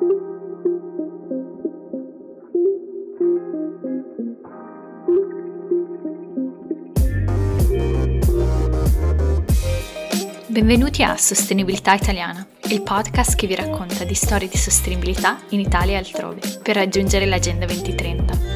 Benvenuti a Sostenibilità Italiana, il podcast che vi racconta di storie di sostenibilità in Italia e altrove, per raggiungere l'Agenda 2030.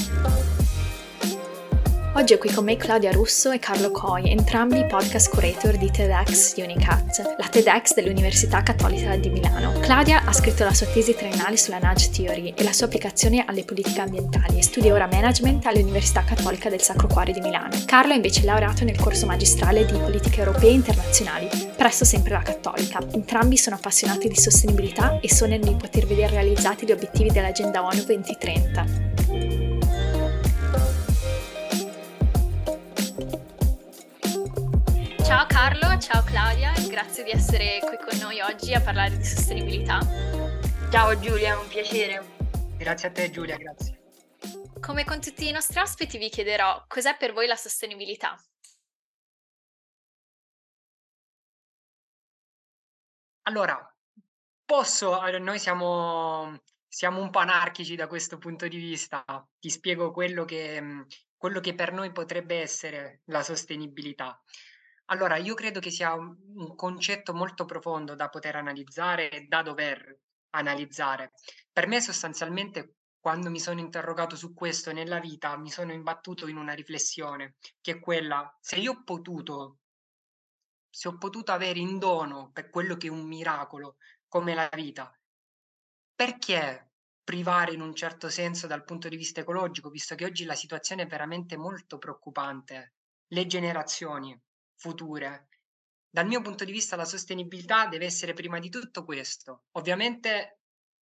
Oggi è qui con me Claudia Russo e Carlo Coy, entrambi podcast curator di TEDx Unicat, la TEDx dell'Università Cattolica di Milano. Claudia ha scritto la sua tesi triennale sulla Nudge Theory e la sua applicazione alle politiche ambientali e studia ora management all'Università Cattolica del Sacro Cuore di Milano. Carlo è invece laureato nel corso magistrale di politiche europee e internazionali, presso sempre la Cattolica. Entrambi sono appassionati di sostenibilità e sognano di poter vedere realizzati gli obiettivi dell'Agenda ONU 2030. Ciao Carlo, ciao Claudia, grazie di essere qui con noi oggi a parlare di sostenibilità. Ciao Giulia, è un piacere. Grazie a te Giulia, grazie. Come con tutti i nostri ospiti vi chiederò cos'è per voi la sostenibilità? Allora, noi siamo un po' anarchici da questo punto di vista. Ti spiego quello che per noi potrebbe essere la sostenibilità. Allora, io credo che sia un concetto molto profondo da poter analizzare e da dover analizzare. Per me, sostanzialmente, quando mi sono interrogato su questo nella vita, mi sono imbattuto in una riflessione, che è quella: se ho potuto avere in dono per quello che è un miracolo come la vita, perché privare in un certo senso dal punto di vista ecologico, visto che oggi la situazione è veramente molto preoccupante? Le generazioni future. Dal mio punto di vista la sostenibilità deve essere prima di tutto questo. Ovviamente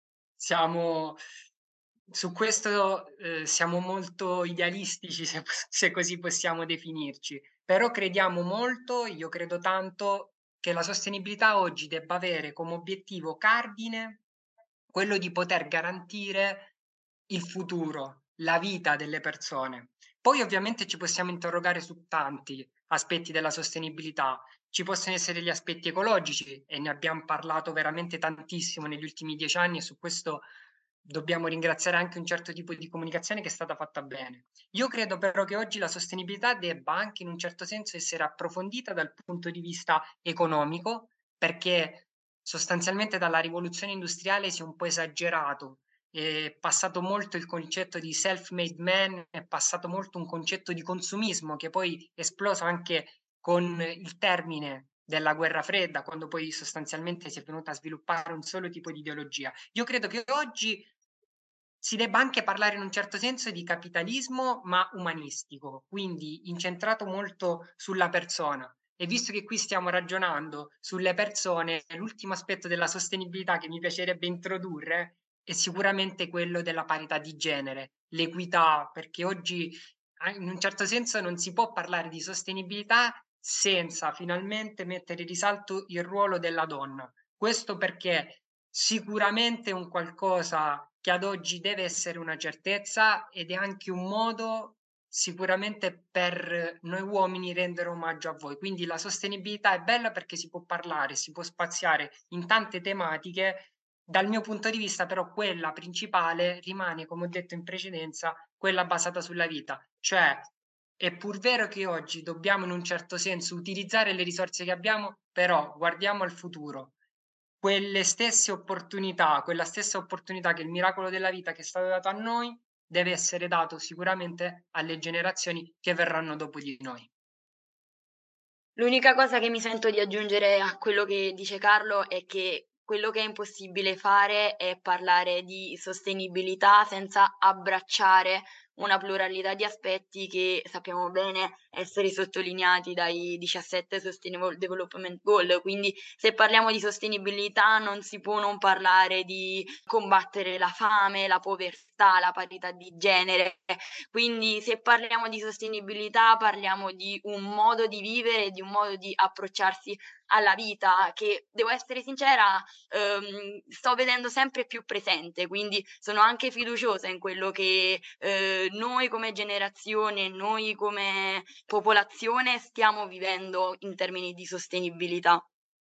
siamo su questo siamo molto idealistici, se così possiamo definirci, però crediamo molto, io credo tanto, che la sostenibilità oggi debba avere come obiettivo cardine quello di poter garantire il futuro, la vita delle persone. Poi ovviamente ci possiamo interrogare su tanti aspetti della sostenibilità. Ci possono essere gli aspetti ecologici e ne abbiamo parlato veramente tantissimo negli ultimi 10 anni e su questo dobbiamo ringraziare anche un certo tipo di comunicazione che è stata fatta bene. Io credo però che oggi la sostenibilità debba anche in un certo senso essere approfondita dal punto di vista economico, perché sostanzialmente dalla rivoluzione industriale si è un po' esagerato, è passato molto il concetto di self-made man, è passato molto un concetto di consumismo che poi è esploso anche con il termine della guerra fredda, quando poi sostanzialmente si è venuta a sviluppare un solo tipo di ideologia. Io credo che oggi si debba anche parlare in un certo senso di capitalismo, ma umanistico, quindi incentrato molto sulla persona. E visto che qui stiamo ragionando sulle persone, l'ultimo aspetto della sostenibilità che mi piacerebbe introdurre è sicuramente quello della parità di genere, l'equità, perché oggi in un certo senso non si può parlare di sostenibilità senza finalmente mettere in risalto il ruolo della donna. Questo perché sicuramente è un qualcosa che ad oggi deve essere una certezza ed è anche un modo sicuramente per noi uomini rendere omaggio a voi. Quindi la sostenibilità è bella perché si può parlare, si può spaziare in tante tematiche. Dal mio punto di vista, però, quella principale rimane, come ho detto in precedenza, quella basata sulla vita. Cioè, è pur vero che oggi dobbiamo in un certo senso utilizzare le risorse che abbiamo, però guardiamo al futuro. Quella stessa opportunità che il miracolo della vita che è stato dato a noi deve essere dato sicuramente alle generazioni che verranno dopo di noi. L'unica cosa che mi sento di aggiungere a quello che dice Carlo è che quello che è impossibile fare è parlare di sostenibilità senza abbracciare una pluralità di aspetti che sappiamo bene essere sottolineati dai 17 Sustainable Development Goal. Quindi se parliamo di sostenibilità non si può non parlare di combattere la fame, la povertà, la parità di genere. Quindi se parliamo di sostenibilità parliamo di un modo di vivere, di un modo di approcciarsi alla vita che, devo essere sincera, sto vedendo sempre più presente, quindi sono anche fiduciosa in quello che, noi come generazione, noi come popolazione stiamo vivendo in termini di sostenibilità.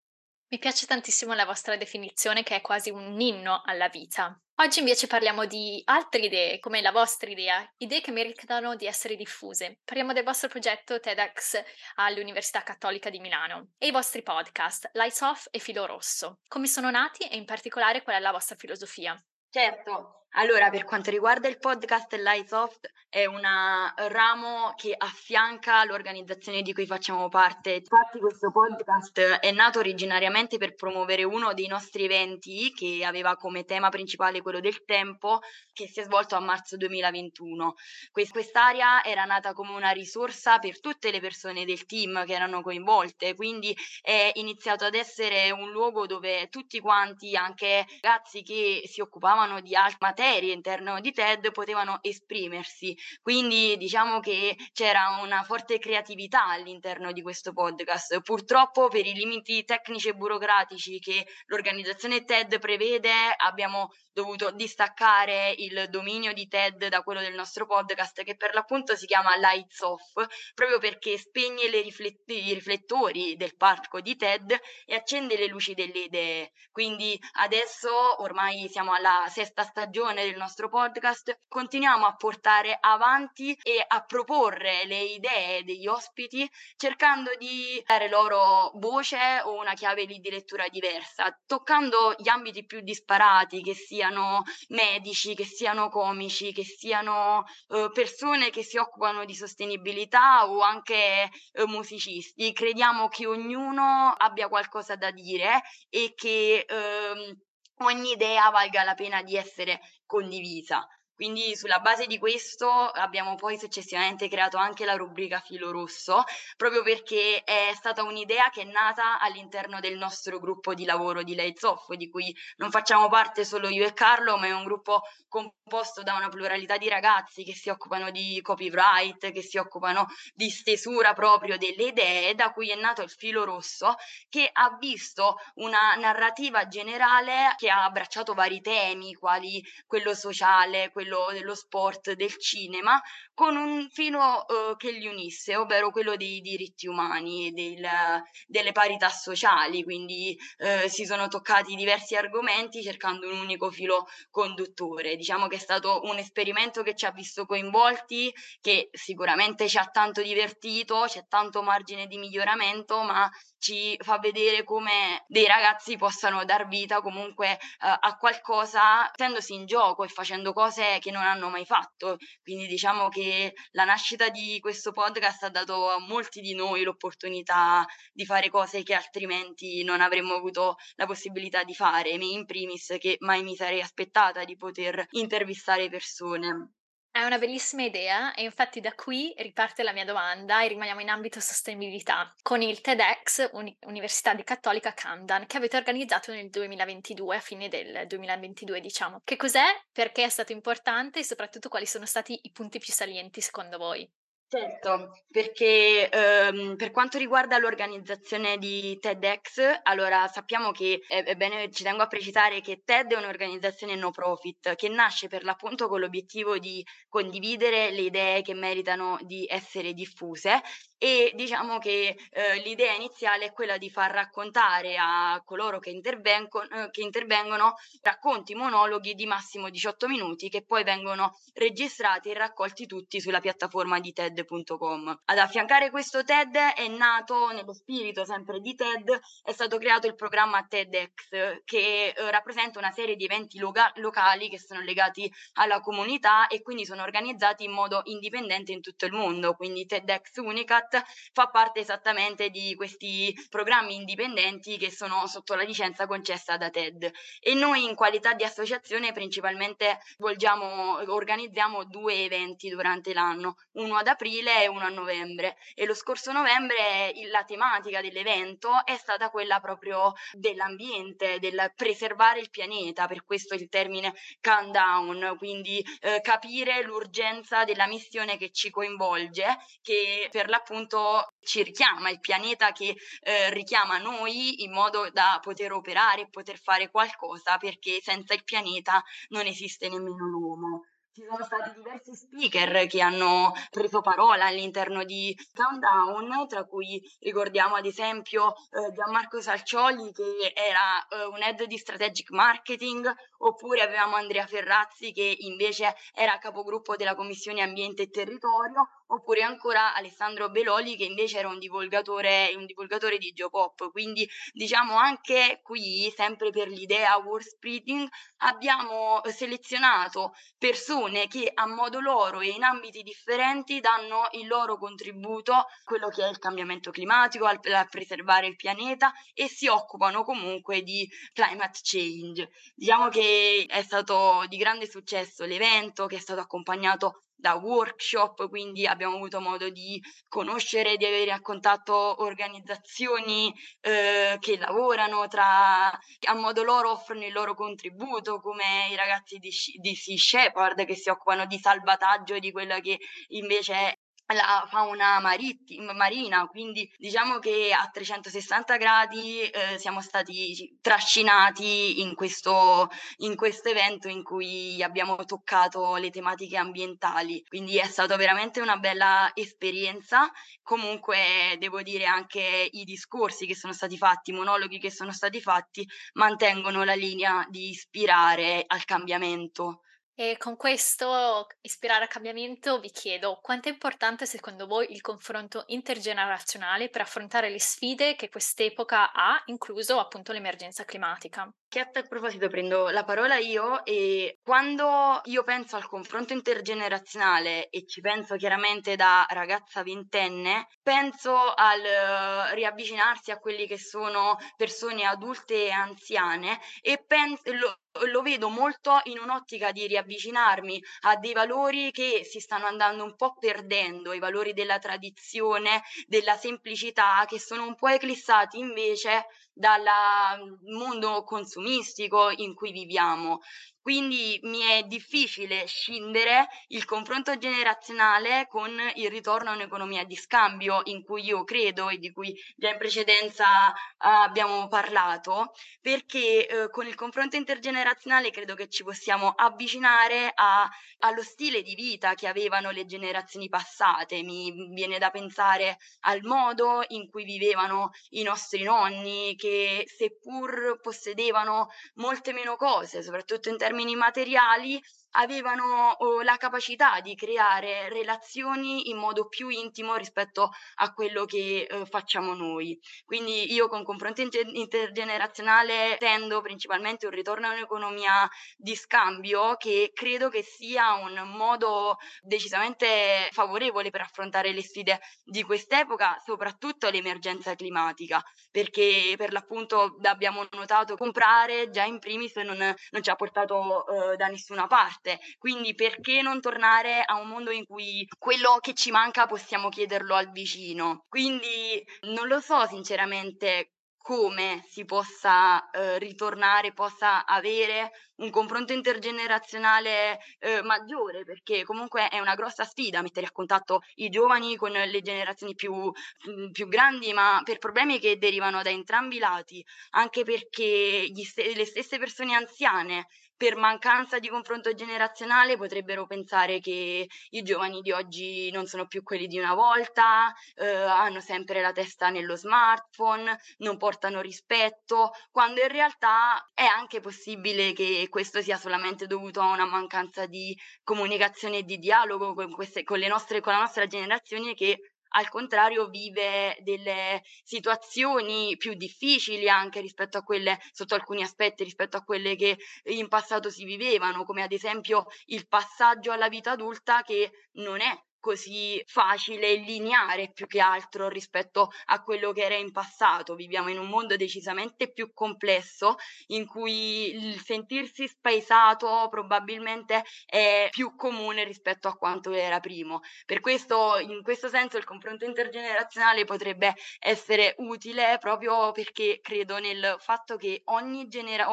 Mi piace tantissimo la vostra definizione che è quasi un inno alla vita. Oggi invece parliamo di altre idee, come la vostra idee che meritano di essere diffuse. Parliamo del vostro progetto TEDx all'Università Cattolica di Milano e i vostri podcast Lights Off e Filo Rosso. Come sono nati e in particolare qual è la vostra filosofia? Certo, allora per quanto riguarda il podcast Lightsoft è un ramo che affianca l'organizzazione di cui facciamo parte. Infatti questo podcast è nato originariamente per promuovere uno dei nostri eventi che aveva come tema principale quello del tempo, che si è svolto a marzo 2021. Quest'area era nata come una risorsa per tutte le persone del team che erano coinvolte, quindi è iniziato ad essere un luogo dove tutti quanti, anche ragazzi che si occupavano di altre materie all'interno di TED, potevano esprimersi. Quindi diciamo che c'era una forte creatività all'interno di questo podcast. Purtroppo per i limiti tecnici e burocratici che l'organizzazione TED prevede, abbiamo dovuto distaccare il dominio di TED da quello del nostro podcast, che per l'appunto si chiama Lights Off, proprio perché spegne i riflettori del parco di TED e accende le luci delle idee. Quindi adesso ormai siamo alla sesta stagione del nostro podcast, continuiamo a portare avanti e a proporre le idee degli ospiti, cercando di dare loro voce o una chiave di lettura diversa, toccando gli ambiti più disparati, che siano medici, che siano comici, che siano persone che si occupano di sostenibilità o anche musicisti. Crediamo che ognuno abbia qualcosa da dire e che ogni idea valga la pena di essere condivisa. Quindi sulla base di questo abbiamo poi successivamente creato anche la rubrica Filo Rosso, proprio perché è stata un'idea che è nata all'interno del nostro gruppo di lavoro di Lights Off, di cui non facciamo parte solo io e Carlo, ma è un gruppo composto da una pluralità di ragazzi che si occupano di copyright, che si occupano di stesura proprio delle idee, da cui è nato il Filo Rosso, che ha visto una narrativa generale che ha abbracciato vari temi, quali quello sociale, quello dello sport, del cinema, con un filo che li unisse, ovvero quello dei diritti umani, delle parità sociali. Quindi si sono toccati diversi argomenti cercando un unico filo conduttore. Diciamo che è stato un esperimento che ci ha visto coinvolti, che sicuramente ci ha tanto divertito, c'è tanto margine di miglioramento, ma ci fa vedere come dei ragazzi possano dar vita comunque a qualcosa mettendosi in gioco e facendo cose che non hanno mai fatto. Quindi diciamo che la nascita di questo podcast ha dato a molti di noi l'opportunità di fare cose che altrimenti non avremmo avuto la possibilità di fare, me in primis, che mai mi sarei aspettata di poter intervistare persone. È una bellissima idea e infatti da qui riparte la mia domanda e rimaniamo in ambito sostenibilità con il TEDx Università di Cattolica Camden che avete organizzato nel 2022, a fine del 2022 diciamo. Che cos'è, perché è stato importante e soprattutto quali sono stati i punti più salienti secondo voi? Certo, perché, per quanto riguarda l'organizzazione di TEDx, allora sappiamo che è bene ci tengo a precisare che TED è un'organizzazione no profit, che nasce per l'appunto con l'obiettivo di condividere le idee che meritano di essere diffuse e diciamo che, l'idea iniziale è quella di far raccontare a coloro che intervengono racconti, monologhi di massimo 18 minuti che poi vengono registrati e raccolti tutti sulla piattaforma di TED.com. Ad affiancare questo TED è nato nello spirito sempre di TED, è stato creato il programma TEDx che rappresenta una serie di eventi locali che sono legati alla comunità e quindi sono organizzati in modo indipendente in tutto il mondo. Quindi TEDx Unicat fa parte esattamente di questi programmi indipendenti che sono sotto la licenza concessa da TED. E noi in qualità di associazione principalmente organizziamo 2 eventi durante l'anno, uno ad aprile e uno a novembre. E lo scorso novembre la tematica dell'evento è stata quella proprio dell'ambiente, del preservare il pianeta, per questo il termine countdown, quindi capire l'urgenza della missione che ci coinvolge, che per l'appunto ci richiama, il pianeta che richiama noi in modo da poter operare e poter fare qualcosa, perché senza il pianeta non esiste nemmeno l'uomo. Ci sono stati diversi speaker che hanno preso parola all'interno di Countdown, tra cui ricordiamo ad esempio Gianmarco Salcioli, che era un head di strategic marketing, oppure avevamo Andrea Ferrazzi, che invece era capogruppo della Commissione Ambiente e Territorio, oppure ancora Alessandro Beloli, che invece era un divulgatore di Geopop. Quindi diciamo anche qui, sempre per l'idea word spreading, abbiamo selezionato persone che a modo loro e in ambiti differenti danno il loro contributo a quello che è il cambiamento climatico, a preservare il pianeta, e si occupano comunque di climate change. Diciamo che è stato di grande successo l'evento, che è stato accompagnato da workshop, quindi abbiamo avuto modo di conoscere, di avere a contatto organizzazioni che lavorano a modo loro, offrono il loro contributo, come i ragazzi di Sea Shepherd, che si occupano di salvataggio di quella che invece è la fauna marina. Quindi diciamo che a 360 gradi siamo stati trascinati in questo evento in cui abbiamo toccato le tematiche ambientali, quindi è stata veramente una bella esperienza. Comunque devo dire anche i discorsi che sono stati fatti, i monologhi che sono stati fatti mantengono la linea di ispirare al cambiamento. E con questo ispirare al cambiamento vi chiedo quanto è importante secondo voi il confronto intergenerazionale per affrontare le sfide che quest'epoca ha, incluso appunto l'emergenza climatica? Che a tal proposito prendo la parola io, e quando io penso al confronto intergenerazionale e ci penso chiaramente da ragazza ventenne, penso al riavvicinarsi a quelli che sono persone adulte e anziane, e lo vedo molto in un'ottica di riavvicinarmi a dei valori che si stanno andando un po' perdendo, i valori della tradizione, della semplicità, che sono un po' eclissati invece dal mondo consumistico in cui viviamo. Quindi mi è difficile scindere il confronto generazionale con il ritorno a un'economia di scambio, in cui io credo e di cui già in precedenza abbiamo parlato, perché con il confronto intergenerazionale credo che ci possiamo avvicinare allo stile di vita che avevano le generazioni passate. Mi viene da pensare al modo in cui vivevano i nostri nonni, che seppur possedevano molte meno cose, soprattutto in termini materiali, avevano la capacità di creare relazioni in modo più intimo rispetto a quello che facciamo noi. Quindi io con confronto intergenerazionale tendo principalmente un ritorno a un'economia di scambio, che credo che sia un modo decisamente favorevole per affrontare le sfide di quest'epoca, soprattutto l'emergenza climatica, perché per l'appunto abbiamo notato comprare già in primis non ci ha portato da nessuna parte. Quindi perché non tornare a un mondo in cui quello che ci manca possiamo chiederlo al vicino? Quindi non lo so sinceramente come si possa ritornare, possa avere un confronto intergenerazionale maggiore, perché comunque è una grossa sfida mettere a contatto i giovani con le generazioni più grandi, ma per problemi che derivano da entrambi i lati, anche perché le stesse persone anziane, per mancanza di confronto generazionale, potrebbero pensare che i giovani di oggi non sono più quelli di una volta, hanno sempre la testa nello smartphone, non portano rispetto, quando in realtà è anche possibile che questo sia solamente dovuto a una mancanza di comunicazione e di dialogo con la nostra generazione, che al contrario vive delle situazioni più difficili anche rispetto a quelle, sotto alcuni aspetti, rispetto a quelle che in passato si vivevano, come ad esempio il passaggio alla vita adulta, che non è così facile e lineare più che altro rispetto a quello che era in passato. Viviamo in un mondo decisamente più complesso, in cui il sentirsi spaesato probabilmente è più comune rispetto a quanto era prima. Per questo, in questo senso, il confronto intergenerazionale potrebbe essere utile, proprio perché credo nel fatto che ogni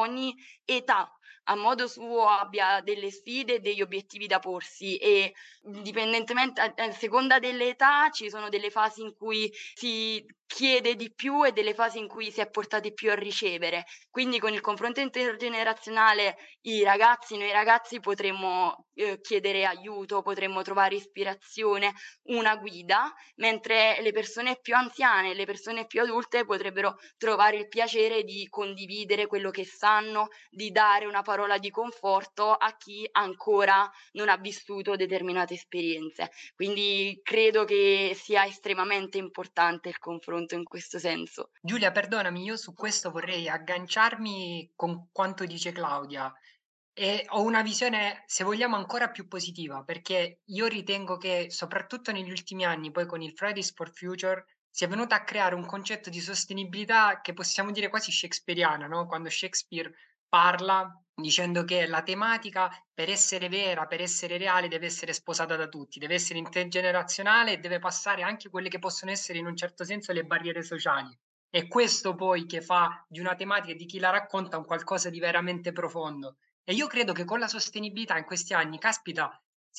età a modo suo abbia delle sfide e degli obiettivi da porsi, e indipendentemente a seconda delle età ci sono delle fasi in cui si chiede di più e delle fasi in cui si è portati più a ricevere. Quindi con il confronto intergenerazionale noi ragazzi potremmo chiedere aiuto, potremmo trovare ispirazione, una guida, mentre le persone più anziane, le persone più adulte potrebbero trovare il piacere di condividere quello che sanno, di dare una parola di conforto a chi ancora non ha vissuto determinate esperienze. Quindi credo che sia estremamente importante il confronto in questo senso. Giulia, perdonami, io su questo vorrei agganciarmi con quanto dice Claudia e ho una visione, se vogliamo, ancora più positiva, perché io ritengo che soprattutto negli ultimi anni, poi con il Fridays for Future, si è venuto a creare un concetto di sostenibilità che possiamo dire quasi shakespeariana, no? Quando Shakespeare parla dicendo che la tematica, per essere vera, per essere reale, deve essere sposata da tutti, deve essere intergenerazionale e deve passare anche quelle che possono essere in un certo senso le barriere sociali. È questo poi che fa di una tematica e di chi la racconta un qualcosa di veramente profondo. E io credo che con la sostenibilità in questi anni, caspita,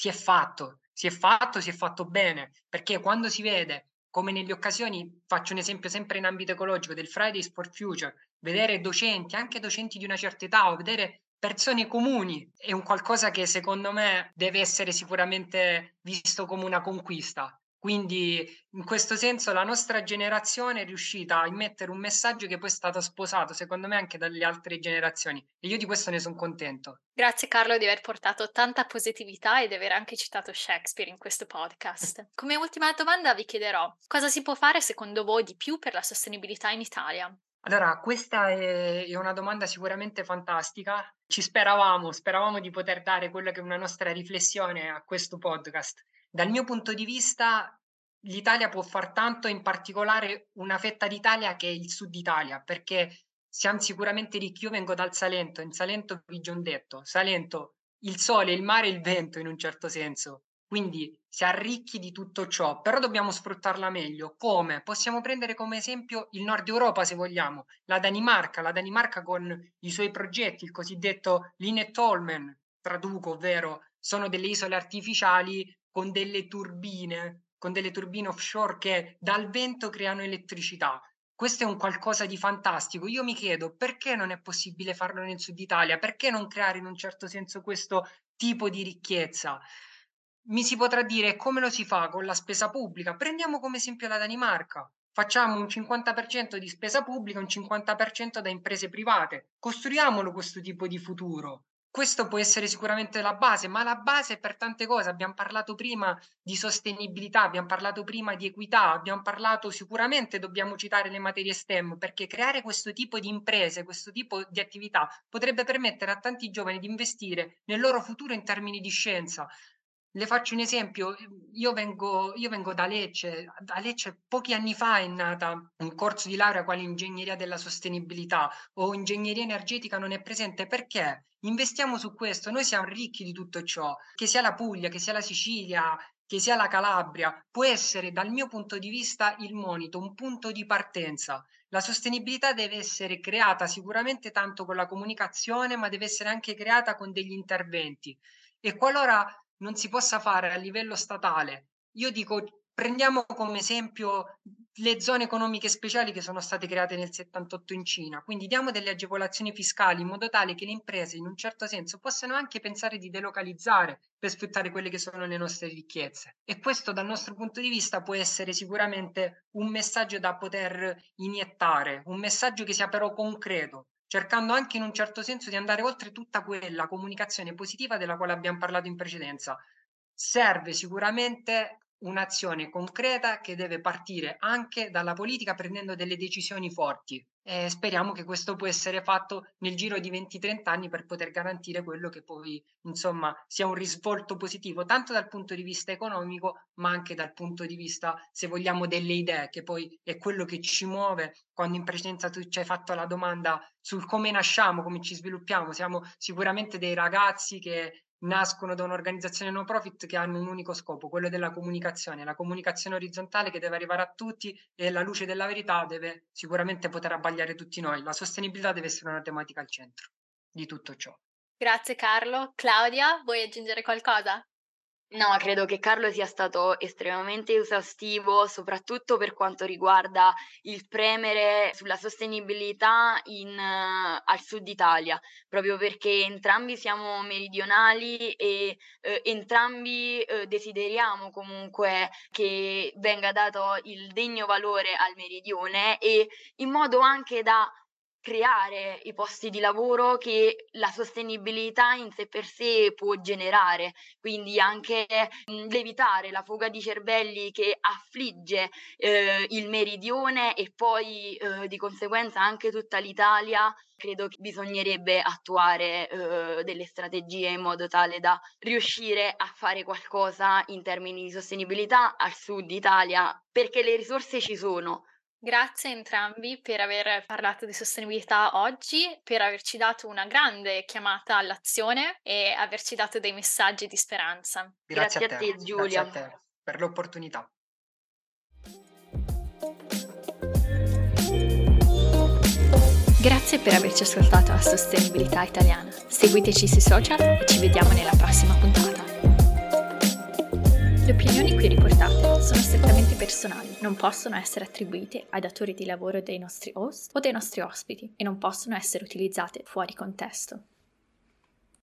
si è fatto bene, perché quando si vede, come nelle occasioni, faccio un esempio sempre in ambito ecologico, del Fridays for Future, vedere docenti, anche docenti di una certa età, o vedere persone comuni, è un qualcosa che secondo me deve essere sicuramente visto come una conquista. Quindi in questo senso la nostra generazione è riuscita a immettere un messaggio che poi è stato sposato, secondo me, anche dalle altre generazioni. E io di questo ne sono contento. Grazie Carlo di aver portato tanta positività e di aver anche citato Shakespeare in questo podcast. Come ultima domanda vi chiederò, cosa si può fare secondo voi di più per la sostenibilità in Italia? Allora, questa è una domanda sicuramente fantastica. Speravamo di poter dare quella che è una nostra riflessione a questo podcast. Dal mio punto di vista, l'Italia può far tanto, in particolare una fetta d'Italia che è il Sud Italia, perché siamo sicuramente ricchi. Io vengo dal Salento, in Salento vige un detto, Salento, il sole, il mare e il vento in un certo senso. Quindi si arricchi di tutto ciò, però dobbiamo sfruttarla meglio. Come? Possiamo prendere come esempio il Nord Europa, se vogliamo, la Danimarca con i suoi progetti, il cosiddetto Linetholmen, traduco, ovvero sono delle isole artificiali con delle turbine offshore che dal vento creano elettricità. Questo è un qualcosa di fantastico. Io mi chiedo perché non è possibile farlo nel Sud Italia, perché non creare in un certo senso questo tipo di ricchezza. Mi si potrà dire come lo si fa con la spesa pubblica. Prendiamo come esempio la Danimarca. Facciamo un 50% di spesa pubblica, un 50% da imprese private. Costruiamolo questo tipo di futuro. Questo può essere sicuramente la base, ma la base è per tante cose. Abbiamo parlato prima di sostenibilità, abbiamo parlato prima di equità, abbiamo parlato sicuramente, dobbiamo citare le materie STEM, perché creare questo tipo di imprese, questo tipo di attività potrebbe permettere a tanti giovani di investire nel loro futuro in termini di scienza. Le faccio un esempio, io vengo da Lecce pochi anni fa è nata un corso di laurea quale ingegneria della sostenibilità o ingegneria energetica non è presente perché investiamo su questo, noi siamo ricchi di tutto ciò, che sia la Puglia, che sia la Sicilia, che sia la Calabria, può essere dal mio punto di vista il monito, un punto di partenza. La sostenibilità deve essere creata sicuramente tanto con la comunicazione, ma deve essere anche creata con degli interventi. E qualora non si possa fare a livello statale, io dico prendiamo come esempio le zone economiche speciali che sono state create nel 78 in Cina, quindi diamo delle agevolazioni fiscali in modo tale che le imprese in un certo senso possano anche pensare di delocalizzare per sfruttare quelle che sono le nostre ricchezze. E questo dal nostro punto di vista può essere sicuramente un messaggio da poter iniettare, un messaggio che sia però concreto, cercando anche in un certo senso di andare oltre tutta quella comunicazione positiva della quale abbiamo parlato in precedenza. Serve sicuramente un'azione concreta che deve partire anche dalla politica prendendo delle decisioni forti e speriamo che questo può essere fatto nel giro di 20-30 anni per poter garantire quello che poi, insomma, sia un risvolto positivo tanto dal punto di vista economico, ma anche dal punto di vista, se vogliamo, delle idee, che poi è quello che ci muove. Quando in precedenza tu ci hai fatto la domanda sul come nasciamo, come ci sviluppiamo, siamo sicuramente dei ragazzi che nascono da un'organizzazione no profit che hanno un unico scopo, quello della comunicazione, la comunicazione orizzontale che deve arrivare a tutti e la luce della verità deve sicuramente poter abbagliare tutti noi. La sostenibilità deve essere una tematica al centro di tutto ciò. Grazie Carlo. Claudia, vuoi aggiungere qualcosa? No, credo che Carlo sia stato estremamente esaustivo, soprattutto per quanto riguarda il premere sulla sostenibilità al Sud Italia, proprio perché entrambi siamo meridionali e entrambi desideriamo comunque che venga dato il degno valore al meridione e in modo anche da creare i posti di lavoro che la sostenibilità in sé per sé può generare, quindi anche l'evitare la fuga di cervelli che affligge il meridione e poi di conseguenza anche tutta l'Italia. Credo che bisognerebbe attuare delle strategie in modo tale da riuscire a fare qualcosa in termini di sostenibilità al Sud Italia, perché le risorse ci sono. Grazie a entrambi per aver parlato di sostenibilità oggi, per averci dato una grande chiamata all'azione e averci dato dei messaggi di speranza. Grazie a te, grazie Giulia. a te per l'opportunità. Grazie per averci ascoltato a Sostenibilità Italiana. Seguiteci sui social e ci vediamo nella prossima puntata. Le opinioni qui riportate sono strettamente personali, non possono essere attribuite ai datori di lavoro dei nostri host o dei nostri ospiti e non possono essere utilizzate fuori contesto.